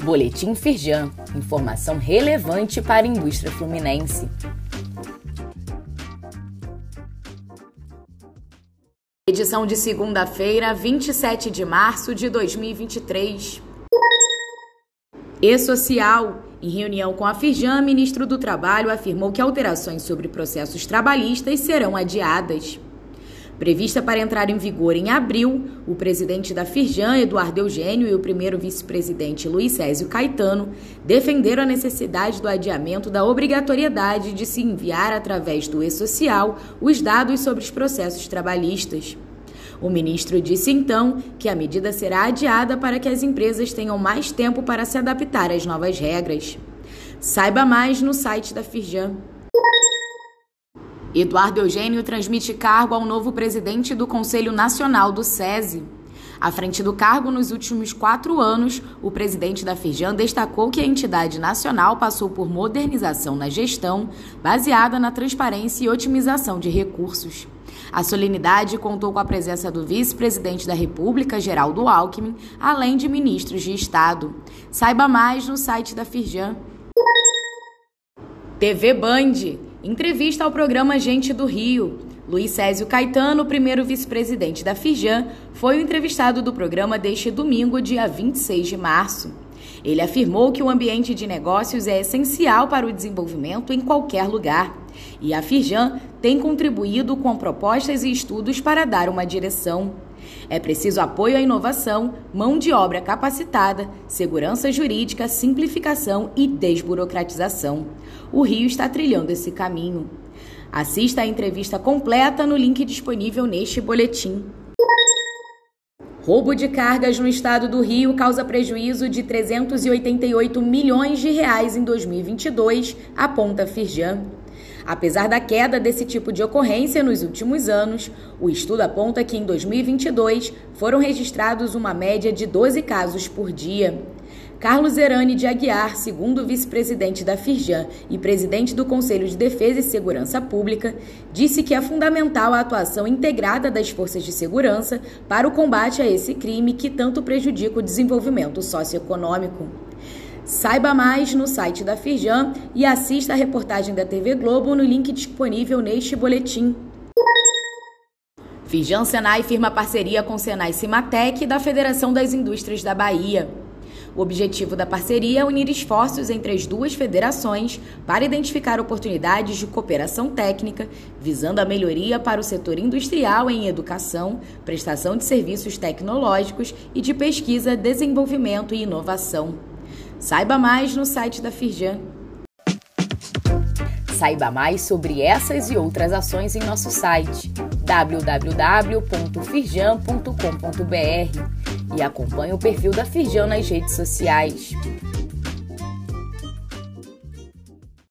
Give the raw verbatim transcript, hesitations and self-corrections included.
Boletim Firjan, informação relevante para a indústria fluminense. Edição de segunda-feira, vinte e sete de março de dois mil e vinte e três. E-Social. Em reunião com a Firjan, o ministro do Trabalho afirmou que alterações sobre processos trabalhistas serão adiadas. Prevista para entrar em vigor em abril, o presidente da Firjan, Eduardo Eugênio, e o primeiro vice-presidente, Luiz Césio Caetano, defenderam a necessidade do adiamento da obrigatoriedade de se enviar através do E-Social os dados sobre os processos trabalhistas. O ministro disse então que a medida será adiada para que as empresas tenham mais tempo para se adaptar às novas regras. Saiba mais no site da Firjan. Eduardo Eugênio transmite cargo ao novo presidente do Conselho Nacional do SESI. À frente do cargo, nos últimos quatro anos, o presidente da Firjan destacou que a entidade nacional passou por modernização na gestão, baseada na transparência e otimização de recursos. A solenidade contou com a presença do vice-presidente da República, Geraldo Alckmin, além de ministros de Estado. Saiba mais no site da Firjan. T V Band. Entrevista ao programa Gente do Rio. Luiz Césio Caetano, primeiro vice-presidente da Firjan, foi o entrevistado do programa deste domingo, dia vinte e seis de março. Ele afirmou que o ambiente de negócios é essencial para o desenvolvimento em qualquer lugar. E a Firjan tem contribuído com propostas e estudos para dar uma direção. É preciso apoio à inovação, mão de obra capacitada, segurança jurídica, simplificação e desburocratização. O Rio está trilhando esse caminho. Assista a entrevista completa no link disponível neste boletim. Roubo de cargas no estado do Rio causa prejuízo de trezentos e oitenta e oito milhões de reais em dois mil e vinte e dois, aponta a Firjan. Apesar da queda desse tipo de ocorrência nos últimos anos, o estudo aponta que em dois mil e vinte e dois foram registrados uma média de doze casos por dia. Carlos Zerani de Aguiar, segundo vice-presidente da Firjan e presidente do Conselho de Defesa e Segurança Pública, disse que é fundamental a atuação integrada das forças de segurança para o combate a esse crime que tanto prejudica o desenvolvimento socioeconômico. Saiba mais no site da Firjan e assista a reportagem da T V Globo no link disponível neste boletim. Firjan Senai firma parceria com Senai Cimatec da Federação das Indústrias da Bahia. O objetivo da parceria é unir esforços entre as duas federações para identificar oportunidades de cooperação técnica, visando a melhoria para o setor industrial em educação, prestação de serviços tecnológicos e de pesquisa, desenvolvimento e inovação. Saiba mais no site da Firjan. Saiba mais sobre essas e outras ações em nosso site w w w ponto firjan ponto com ponto b r e acompanhe o perfil da Firjan nas redes sociais.